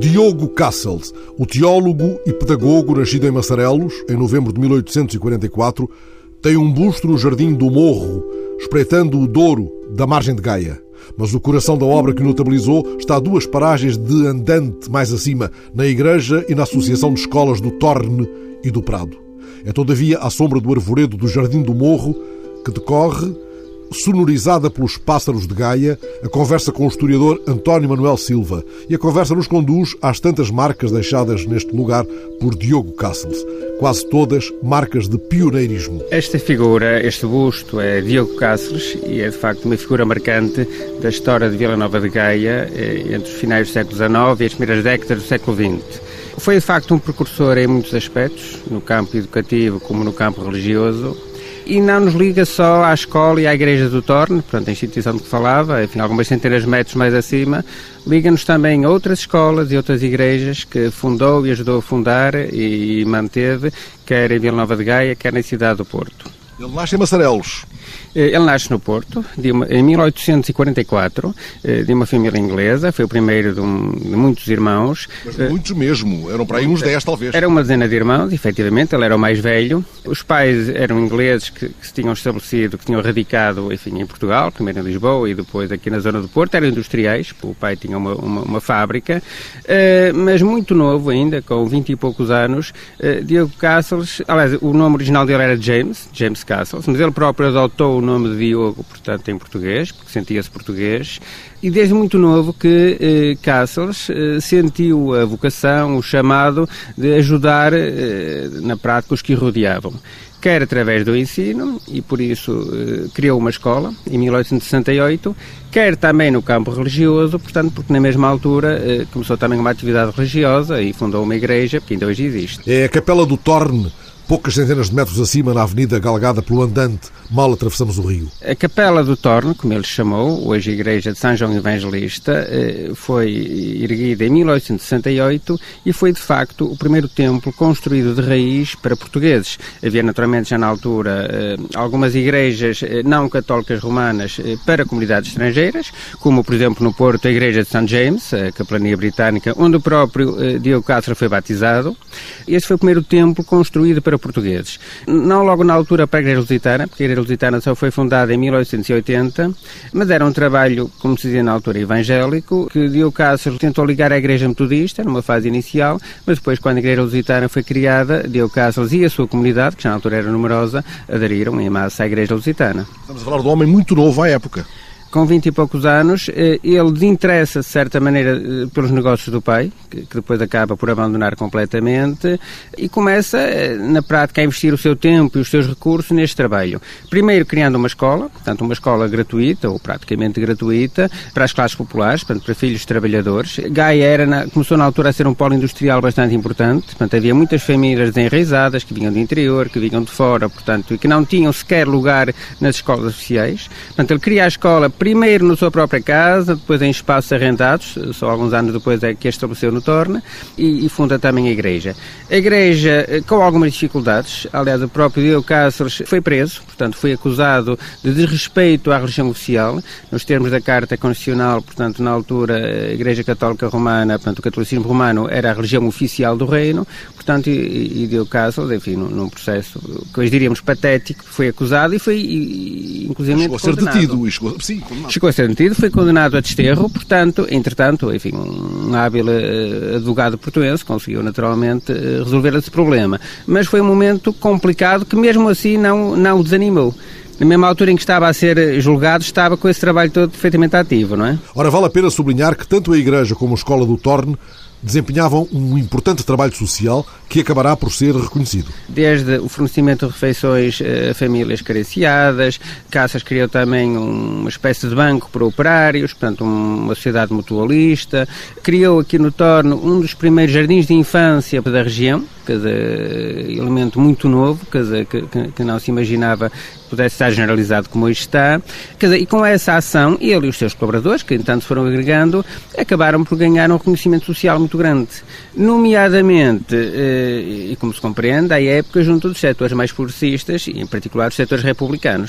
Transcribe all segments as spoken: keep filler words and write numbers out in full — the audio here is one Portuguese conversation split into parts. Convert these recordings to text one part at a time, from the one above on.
Diogo Castles, o teólogo e pedagogo nascido em Massarelos, em novembro de mil oitocentos e quarenta e quatro, tem um busto no Jardim do Morro, espreitando o Douro da margem de Gaia. Mas o coração da obra que o notabilizou está a duas paragens de andante mais acima, na igreja e na Associação de Escolas do Torne e do Prado. É todavia à sombra do arvoredo do Jardim do Morro que decorre, sonorizada pelos pássaros de Gaia, a conversa com o historiador António Manuel Silva. E a conversa nos conduz às tantas marcas deixadas neste lugar por Diogo Castles. Quase todas marcas de pioneirismo. Esta figura, este busto, é Diogo Castles e é de facto uma figura marcante da história de Vila Nova de Gaia entre os finais do século dezenove e as primeiras décadas do século vinte. Foi de facto um precursor em muitos aspectos, no campo educativo como no campo religioso. E não nos liga só à escola e à igreja do Torne, portanto a instituição de que falava, enfim, algumas centenas de metros mais acima, liga-nos também a outras escolas e outras igrejas que fundou e ajudou a fundar e manteve, quer em Vila Nova de Gaia, quer na cidade do Porto. Ele nasce em Massarelos. Ele nasce no Porto, de uma, em mil oitocentos e quarenta e quatro, de uma família inglesa, foi o primeiro de, um, de muitos irmãos. Mas de muitos mesmo, eram para aí uns dez talvez. Era uma dezena de irmãos, efetivamente, ele era o mais velho. Os pais eram ingleses que, que se tinham estabelecido, que tinham radicado, enfim, em Portugal, primeiro em Lisboa e depois aqui na zona do Porto, eram industriais, o pai tinha uma, uma, uma fábrica, uh, mas muito novo ainda, com vinte e poucos anos, uh, Diogo Castles, aliás, o nome original dele era James, James Castles, mas ele próprio adotou o nome de Diogo, portanto, em português, porque sentia-se português, e desde muito novo que eh, Castles eh, sentiu a vocação, o chamado de ajudar eh, na prática os que o rodeavam, quer através do ensino, e por isso eh, criou uma escola, em mil oitocentos e sessenta e oito, quer também no campo religioso, portanto, porque na mesma altura eh, começou também uma atividade religiosa e fundou uma igreja, que ainda hoje existe. É a Capela do Torne, poucas centenas de metros acima, na avenida galgada pelo andante, mal atravessamos o rio. A Capela do Torne, como ele chamou, hoje a Igreja de São João Evangelista, foi erguida em mil oitocentos e sessenta e oito e foi, de facto, o primeiro templo construído de raiz para portugueses. Havia, naturalmente, já na altura, algumas igrejas não católicas romanas para comunidades estrangeiras, como, por exemplo, no Porto, a Igreja de Saint James, a capelania britânica, onde o próprio Diogo Castles foi batizado. Este foi o primeiro templo construído para portugueses. Não logo na altura para a Igreja Lusitana, porque a Igreja Lusitana só foi fundada em mil oitocentos e oitenta, mas era um trabalho, como se dizia na altura, evangélico, que Diogo Castles tentou ligar à Igreja Metodista, numa fase inicial, mas depois, quando a Igreja Lusitana foi criada, Diogo Castles e a sua comunidade, que já na altura era numerosa, aderiram em massa à Igreja Lusitana. Estamos a falar de um homem muito novo à época. Com vinte e poucos anos, ele desinteressa-se, de certa maneira, pelos negócios do pai, que depois acaba por abandonar completamente, e começa, na prática, a investir o seu tempo e os seus recursos neste trabalho. Primeiro criando uma escola, portanto uma escola gratuita, ou praticamente gratuita, para as classes populares, portanto para filhos de trabalhadores. Gaia era na, começou na altura a ser um polo industrial bastante importante, portanto havia muitas famílias desenraizadas, que vinham do interior, que vinham de fora, portanto, e que não tinham sequer lugar nas escolas oficiais. Portanto, ele cria a escola primeiro na sua própria casa, depois em espaços arrendados, só alguns anos depois é que a estabeleceu no Torne, e, e funda também a igreja. A igreja, com algumas dificuldades, aliás, o próprio Diogo Castles foi preso, portanto foi acusado de desrespeito à religião oficial, nos termos da Carta Constitucional, portanto na altura a Igreja Católica Romana, portanto o catolicismo romano era a religião oficial do reino, portanto e, e Diogo Castles, enfim, num, num processo que hoje diríamos patético, foi acusado e foi e, inclusive chegou a ser detido, chegou, sim, Chegou a ser detido, foi condenado a desterro, portanto, entretanto, enfim, um hábil uh, advogado portuense conseguiu naturalmente uh, resolver esse problema. Mas foi um momento complicado que mesmo assim não, não o desanimou. Na mesma altura em que estava a ser julgado, estava com esse trabalho todo perfeitamente ativo, não é? Ora, vale a pena sublinhar que tanto a Igreja como a Escola do Torne desempenhavam um importante trabalho social que acabará por ser reconhecido. Desde o fornecimento de refeições a famílias carenciadas, Castles criou também uma espécie de banco para operários, portanto uma sociedade mutualista, criou aqui no Torne um dos primeiros jardins de infância da região, quer dizer, elemento muito novo, quer dizer, que, que não se imaginava que pudesse estar generalizado como hoje está, quer dizer, e com essa ação, ele e os seus colaboradores, que entanto foram agregando, acabaram por ganhar um reconhecimento social muito grande, nomeadamente, e como se compreende, à época, junto dos setores mais progressistas, e em particular dos setores republicanos.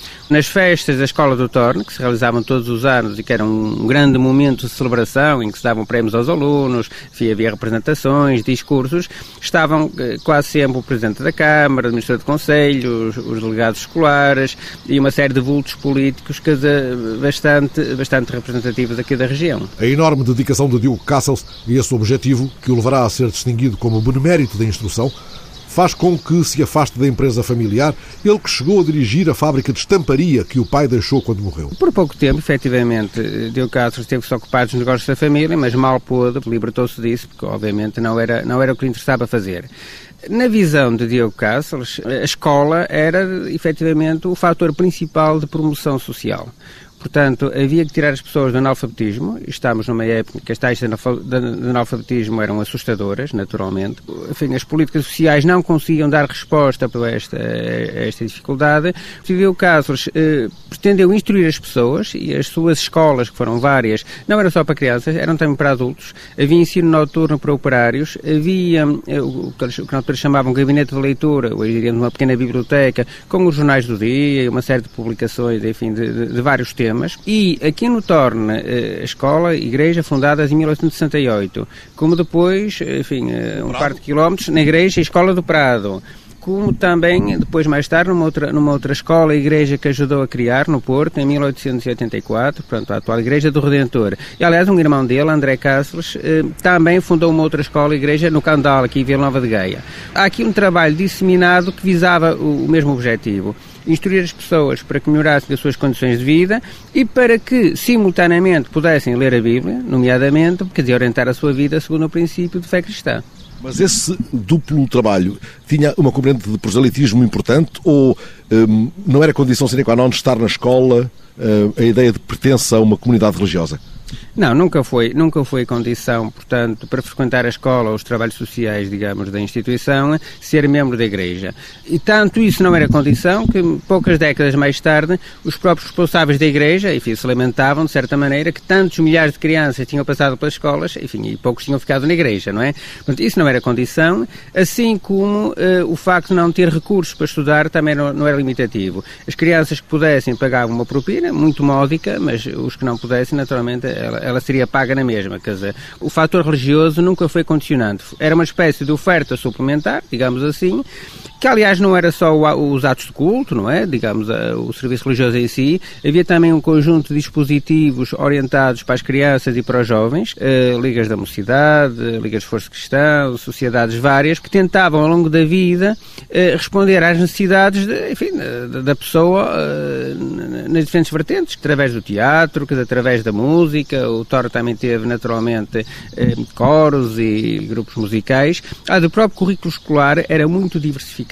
Nas festas da Escola do Torne, que se realizavam todos os anos e que era um grande momento de celebração, em que se davam prémios aos alunos, enfim, havia representações, discursos, estavam quase sempre o Presidente da Câmara, o Administrador de Conselho, os, os delegados escolares e uma série de vultos políticos que, bastante, bastante representativos aqui da região. A enorme dedicação de Diogo Cassels e esse objetivo, que o levará a ser distinguido como benemérito da instrução, faz com que se afaste da empresa familiar, ele que chegou a dirigir a fábrica de estamparia que o pai deixou quando morreu. Por pouco tempo, efetivamente, Diogo Cassels teve-se ocupado dos negócios da família, mas mal pôde, libertou-se disso, porque obviamente não era, não era o que lhe interessava fazer. Na visão de Diogo Cassels, a escola era, efetivamente, o fator principal de promoção social. Portanto, havia que tirar as pessoas do analfabetismo. Estamos numa época que as taxas de analfabetismo eram assustadoras, naturalmente. Enfim, as políticas sociais não conseguiam dar resposta para esta, a esta dificuldade. O Cassels eh, pretendeu instruir as pessoas e as suas escolas, que foram várias, não eram só para crianças, eram também para adultos. Havia ensino noturno para operários, havia eh, o que na altura chamavam gabinete de leitura, hoje diríamos uma pequena biblioteca, com os jornais do dia e uma série de publicações, enfim, de, de, de vários temas. E aqui no Torne, a escola, igreja, fundadas em mil oitocentos e sessenta e oito, como depois, enfim, um par de quilómetros, na igreja, a Escola do Prado, como também, depois mais tarde, numa outra, numa outra escola, a igreja que ajudou a criar, no Porto, em mil oitocentos e oitenta e quatro, portanto, a atual Igreja do Redentor. E, aliás, um irmão dele, André Cassels, eh, também fundou uma outra escola, a igreja, no Candal, aqui em Vila Nova de Gaia. Há aqui um trabalho disseminado que visava o, o mesmo objetivo: instruir as pessoas para que melhorassem as suas condições de vida e para que, simultaneamente, pudessem ler a Bíblia, nomeadamente, quer dizer, orientar a sua vida segundo o princípio de fé cristã. Mas esse duplo trabalho tinha uma componente de proselitismo importante ou hum, não era condição sine qua non de estar na escola hum, a ideia de pertença a uma comunidade religiosa? Não, nunca foi, nunca foi condição, portanto, para frequentar a escola ou os trabalhos sociais, digamos, da instituição, ser membro da igreja. E tanto isso não era condição que, poucas décadas mais tarde, os próprios responsáveis da igreja, enfim, se lamentavam, de certa maneira, que tantos milhares de crianças tinham passado pelas escolas, enfim, e poucos tinham ficado na igreja, não é? Portanto, isso não era condição, assim como uh, o facto de não ter recursos para estudar também não, não era limitativo. As crianças que pudessem pagavam uma propina, muito módica, mas os que não pudessem, naturalmente, ela, ela seria paga na mesma. Quer dizer, o fator religioso nunca foi condicionante. Era uma espécie de oferta suplementar, digamos assim, que aliás não era só os atos de culto, não é? Digamos, o serviço religioso em si. Havia também um conjunto de dispositivos orientados para as crianças e para os jovens, eh, ligas da mocidade, ligas de esforço cristão, sociedades várias, que tentavam ao longo da vida eh, responder às necessidades de, enfim, da, da pessoa eh, nas diferentes vertentes, através do teatro, através da música. O Torre também teve naturalmente eh, coros e grupos musicais. Ah, do próprio currículo escolar era muito diversificado.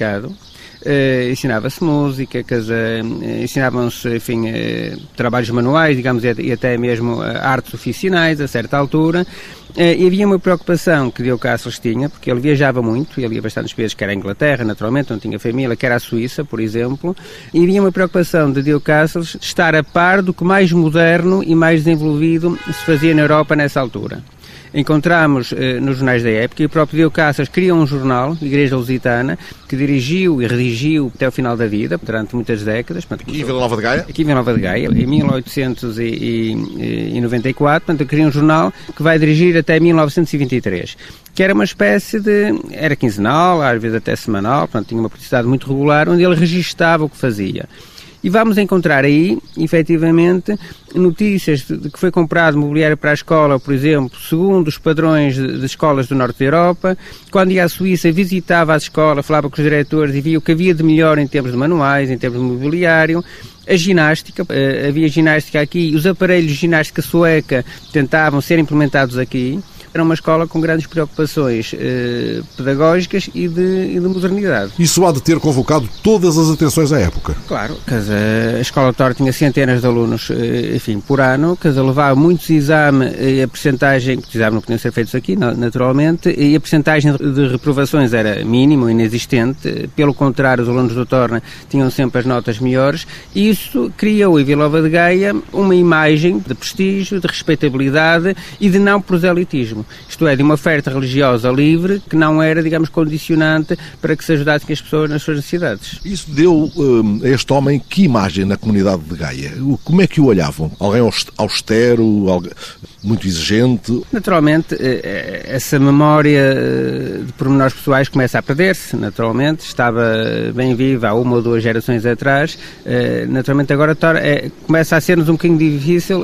Uh, ensinava-se música, uh, ensinavam-se, enfim, uh, trabalhos manuais, digamos, e até mesmo uh, artes oficinais, a certa altura. Uh, e havia uma preocupação que Diogo Cassels tinha, porque ele viajava muito, ele ia bastantes vezes, quer à Inglaterra, naturalmente, não tinha família, quer à Suíça, por exemplo, e havia uma preocupação de Diogo Cassels de estar a par do que mais moderno e mais desenvolvido se fazia na Europa nessa altura. Encontramos eh, nos jornais da época, e o próprio Diogo Cassels criou um jornal, Igreja Lusitana, que dirigiu e redigiu até o final da vida, durante muitas décadas. Aqui em Vila Nova de Gaia? Aqui em Vila Nova de Gaia, em mil oitocentos e noventa e quatro, portanto, criou um jornal que vai dirigir até mil novecentos e vinte e três, que era uma espécie de... era quinzenal, às vezes até semanal, portanto, tinha uma periodicidade muito regular, onde ele registava o que fazia. E vamos encontrar aí, efetivamente, notícias de que foi comprado mobiliário para a escola, por exemplo, segundo os padrões de, de escolas do norte da Europa. Quando ia à Suíça, visitava a escola, falava com os diretores e via o que havia de melhor em termos de manuais, em termos de mobiliário. A ginástica, uh, havia ginástica aqui, os aparelhos de ginástica sueca tentavam ser implementados aqui. Era uma escola com grandes preocupações eh, pedagógicas e de, e de modernidade. Isso há de ter convocado todas as atenções à época. Claro, a escola Torre tinha centenas de alunos, eh, enfim, por ano, que levava muitos exames e a percentagem, que os exames não podiam ser feitos aqui, naturalmente, e a percentagem de reprovações era mínima, inexistente. Pelo contrário, os alunos do Torre tinham sempre as notas melhores, e isso criou em Vila Nova de Gaia uma imagem de prestígio, de respeitabilidade e de não proselitismo. isto é, de uma oferta religiosa livre que não era, digamos, condicionante para que se ajudassem as pessoas nas suas necessidades. Isso deu um, a este homem que imagem na comunidade de Gaia? Como é que o olhavam? Alguém austero, alguém muito exigente? Naturalmente, essa memória de pormenores pessoais começa a perder-se, naturalmente, estava bem viva há uma ou duas gerações atrás, naturalmente agora começa a ser-nos um bocadinho difícil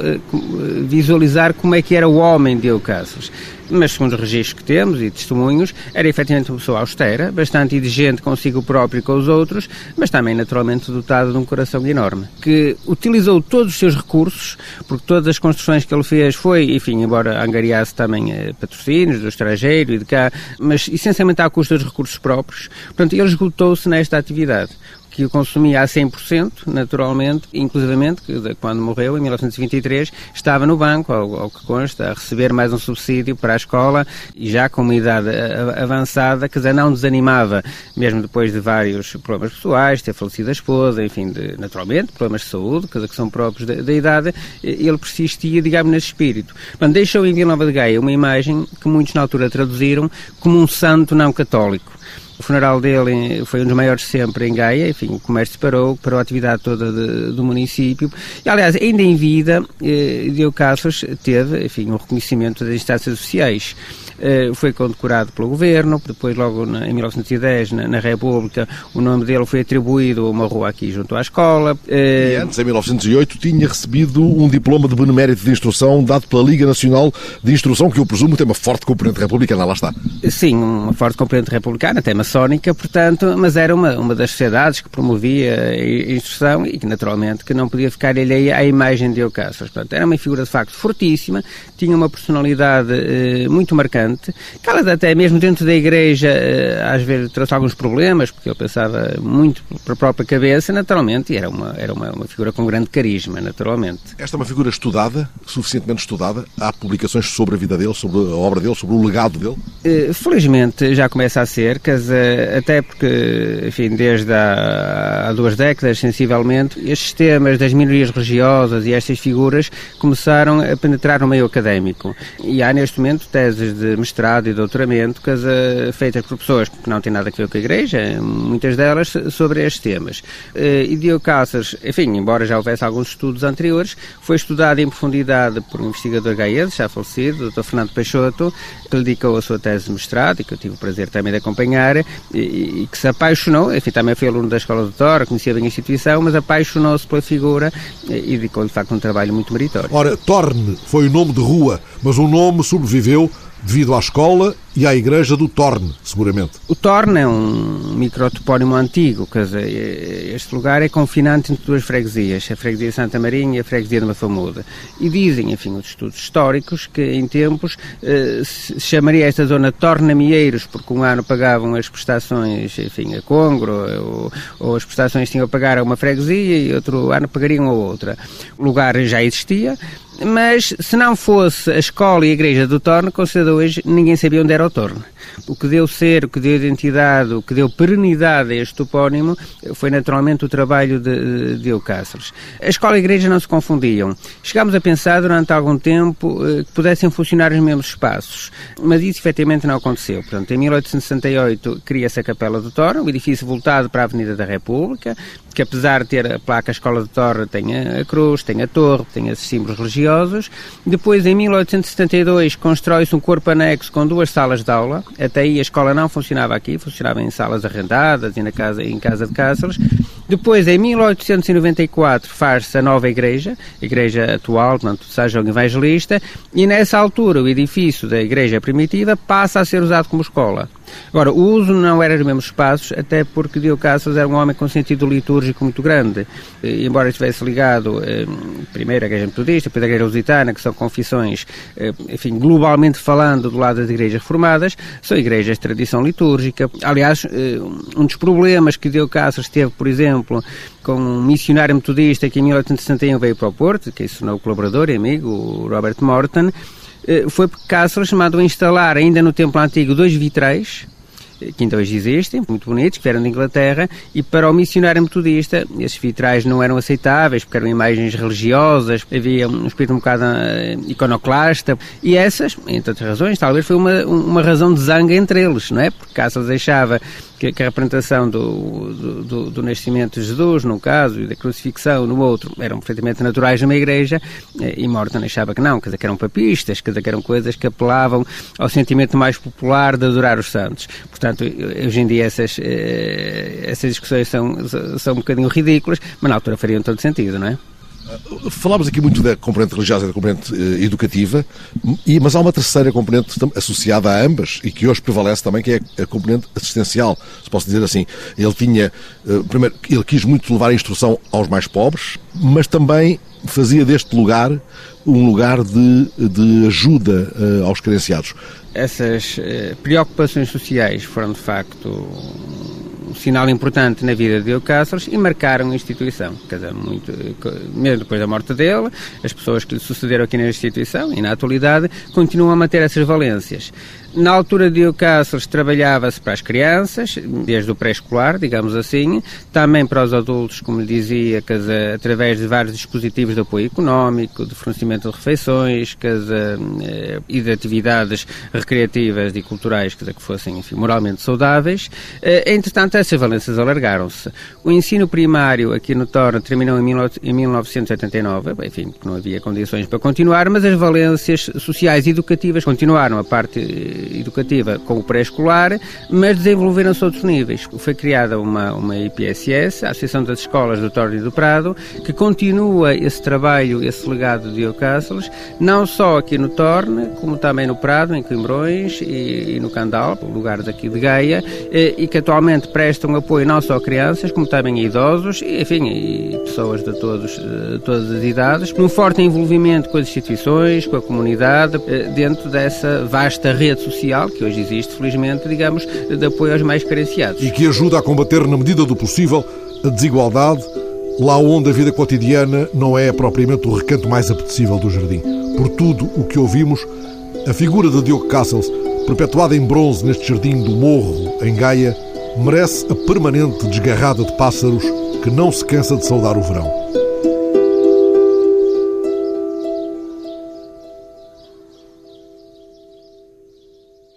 visualizar como é que era o homem de Eucáceres. Mas segundo os registros que temos e testemunhos, era efetivamente uma pessoa austera, bastante exigente consigo próprio e com os outros, mas também naturalmente dotado de um coração enorme, que utilizou todos os seus recursos, porque todas as construções que ele fez foi, enfim, embora angariasse também eh, patrocínios do estrangeiro e de cá, mas essencialmente à custa dos recursos próprios. Portanto, ele esgotou-se nesta atividade, que o consumia a cem por cento, naturalmente, inclusivamente, que quando morreu, em mil novecentos e vinte e três, estava no banco, ao, ao que consta, a receber mais um subsídio para a escola, e já com uma idade avançada, que já não desanimava, mesmo depois de vários problemas pessoais, ter falecido a esposa, enfim, de, naturalmente, problemas de saúde, que são próprios da, da idade, ele persistia, digamos, nesse espírito. Portanto, deixou em Vila Nova de Gaia uma imagem que muitos na altura traduziram como um santo não católico. O funeral dele foi um dos maiores sempre em Gaia, enfim, o comércio parou, parou a atividade toda de, do município. E, aliás, ainda em vida, eh, Eucáceres teve, enfim, um reconhecimento das instâncias oficiais. Eh, foi condecorado pelo Governo, depois logo na, em mil novecentos e dez, na, na República, o nome dele foi atribuído a uma rua aqui junto à escola. Eh... E antes, em mil novecentos e oito, tinha recebido um diploma de benemérito de instrução dado pela Liga Nacional de Instrução, que eu presumo tem uma forte componente republicana, lá está. Sim, uma forte componente republicana, até maçónica, portanto, mas era uma, uma das sociedades que promovia a instrução e que, naturalmente, que não podia ficar alheia à imagem de Eucáceres. Portanto, era uma figura, de facto, fortíssima, tinha uma personalidade eh, muito marcante, que ela até mesmo dentro da igreja, eh, às vezes, trouxe alguns problemas, porque ele pensava muito para a própria cabeça, naturalmente, e era uma, era uma, uma figura com grande carisma, naturalmente. Esta é uma figura estudada, suficientemente estudada? Há publicações sobre a vida dele, sobre a obra dele, sobre o legado dele? Eh, felizmente, já começa a ser, que as até porque, enfim, desde há, há duas décadas, sensivelmente, estes temas das minorias religiosas e estas figuras começaram a penetrar no meio académico. E há, neste momento, teses de mestrado e doutoramento que, uh, feitas por pessoas que não têm nada a ver com a Igreja, muitas delas, sobre estes temas. Uh, e Eucáceres, enfim, embora já houvesse alguns estudos anteriores, foi estudado em profundidade por um investigador gaense, já falecido, o doutor Fernando Peixoto, que lhe dedicou a sua tese de mestrado e que eu tive o prazer também de acompanhar, e, e que se apaixonou, enfim, também foi aluno da Escola de Tora, conhecia bem a instituição, mas apaixonou-se pela figura e dedicou, de facto, um trabalho muito meritório. Ora, Torne foi o nome de rua, mas o nome sobreviveu devido à escola e à igreja do Torne, seguramente. O Torne é um microtopónimo antigo, quer dizer, este lugar é confinante entre duas freguesias, a freguesia de Santa Marinha e a freguesia de Mafamuda. E dizem, enfim, os estudos históricos, que em tempos eh, se chamaria esta zona Tornamieiros, porque um ano pagavam as prestações, enfim, a Congro, ou, ou as prestações tinham a pagar a uma freguesia e outro ano pagariam a outra. O lugar já existia, mas se não fosse a escola e a igreja do Torne, considerado hoje, ninguém sabia onde era o Torne. O que deu ser, o que deu identidade, o que deu perenidade a este topónimo foi naturalmente o trabalho de, de Eucáceres. A escola e a igreja não se confundiam. Chegámos a pensar durante algum tempo que pudessem funcionar os mesmos espaços, mas isso efetivamente não aconteceu. Portanto, em mil oitocentos e sessenta e oito cria-se a Capela do Torre, um edifício voltado para a Avenida da República, que apesar de ter a placa Escola de Torre, tem a cruz, tem a torre, tem esses símbolos religiosos. Depois, em mil oitocentos e setenta e dois, constrói-se um corpo anexo com duas salas de aula. Até aí a escola não funcionava aqui, funcionava em salas arrendadas e na casa, em casa de Cáceres. Depois, em mil oitocentos e noventa e quatro, faz-se a nova igreja, a igreja atual, portanto, São João Evangelista, e nessa altura o edifício da igreja primitiva passa a ser usado como escola. Agora, o uso não era nos mesmos espaços, até porque Eucáceres era um homem com sentido litúrgico muito grande. E, embora estivesse ligado, eh, primeiro à Igreja Metodista, depois à Igreja Lusitana, que são confissões, eh, enfim, globalmente falando, do lado das igrejas reformadas, são igrejas de tradição litúrgica. Aliás, eh, um dos problemas que Eucáceres teve, por exemplo, com um missionário metodista que em mil oitocentos e sessenta e um veio para o Porto, que se tornou colaborador e amigo, o Robert Morton, foi porque Cáceres mandou instalar, ainda no templo antigo, dois vitrais que ainda hoje existem, muito bonitos, que vieram de Inglaterra, e para o missionário metodista, esses vitrais não eram aceitáveis, porque eram imagens religiosas, havia um espírito um bocado uh, iconoclasta, e essas, entre outras razões, talvez foi uma, uma razão de zanga entre eles, não é? Porque Casals deixava que, que a representação do, do, do, do nascimento de Jesus, num caso, e da crucifixão, no outro, eram perfeitamente naturais numa igreja, e Morton achava que não, quer dizer, que eram papistas, quer dizer, que eram coisas que apelavam ao sentimento mais popular de adorar os santos. Portanto, hoje em dia essas, essas discussões são, são um bocadinho ridículas, mas na altura fariam todo sentido, não é? Falámos aqui muito da componente religiosa e da componente eh, educativa, e, mas há uma terceira componente associada a ambas e que hoje prevalece também, que é a componente assistencial, se posso dizer assim. Ele tinha, eh, primeiro, ele quis muito levar a instrução aos mais pobres, mas também fazia deste lugar um lugar de, de ajuda eh, aos carenciados. Essas eh, preocupações sociais foram, de facto, um sinal importante na vida de Diogo Casals e marcaram a instituição. Quer dizer, muito, mesmo depois da morte dele, as pessoas que lhe sucederam aqui na instituição e na atualidade continuam a manter essas valências. Na altura de Diogo Casals trabalhava-se para as crianças, desde o pré-escolar, digamos assim, também para os adultos, como lhe dizia, quer dizer, através de vários dispositivos de apoio económico, de fornecimento de refeições, quer dizer, e de atividades recreativas e culturais, quer dizer, que fossem, enfim, moralmente saudáveis. Entretanto, essas valências alargaram-se. O ensino primário aqui no Torno terminou em mil novecentos e oitenta e nove, enfim, porque não havia condições para continuar, mas as valências sociais e educativas continuaram, a parte educativa com o pré-escolar, mas desenvolveram-se outros níveis. Foi criada uma, uma I P S S, a Associação das Escolas do Torno e do Prado, que continua esse trabalho, esse legado de Diogo Casals, não só aqui no Torno, como também no Prado, em Coimbrões e, e no Candal, lugares aqui de Gaia, e, e que atualmente prestam apoio não só a crianças, como também a idosos, e, enfim, e pessoas de, todos, de todas as idades, num forte envolvimento com as instituições, com a comunidade, dentro dessa vasta rede social social, que hoje existe, felizmente, digamos, de apoio aos mais carenciados. E que ajuda a combater, na medida do possível, a desigualdade, lá onde a vida cotidiana não é propriamente o recanto mais apetecível do jardim. Por tudo o que ouvimos, a figura de Diogo Casals, perpetuada em bronze neste jardim do Morro, em Gaia, merece a permanente desgarrada de pássaros que não se cansa de saudar o verão.